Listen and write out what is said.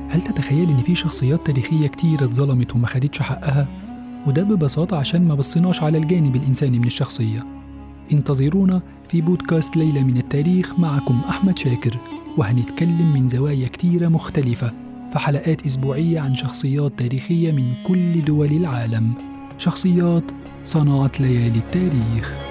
هل تتخيل إن في شخصيات تاريخية كتير اتظلمت وما خدتش حقها؟ وده ببساطة عشان ما بصيناش على الجانب الإنساني من الشخصية. انتظرونا في بودكاست ليلة من التاريخ، معكم أحمد شاكر، وهنتكلم من زوايا كتيرة مختلفة في حلقات أسبوعية عن شخصيات تاريخية من كل دول العالم، شخصيات صنعت ليالي التاريخ.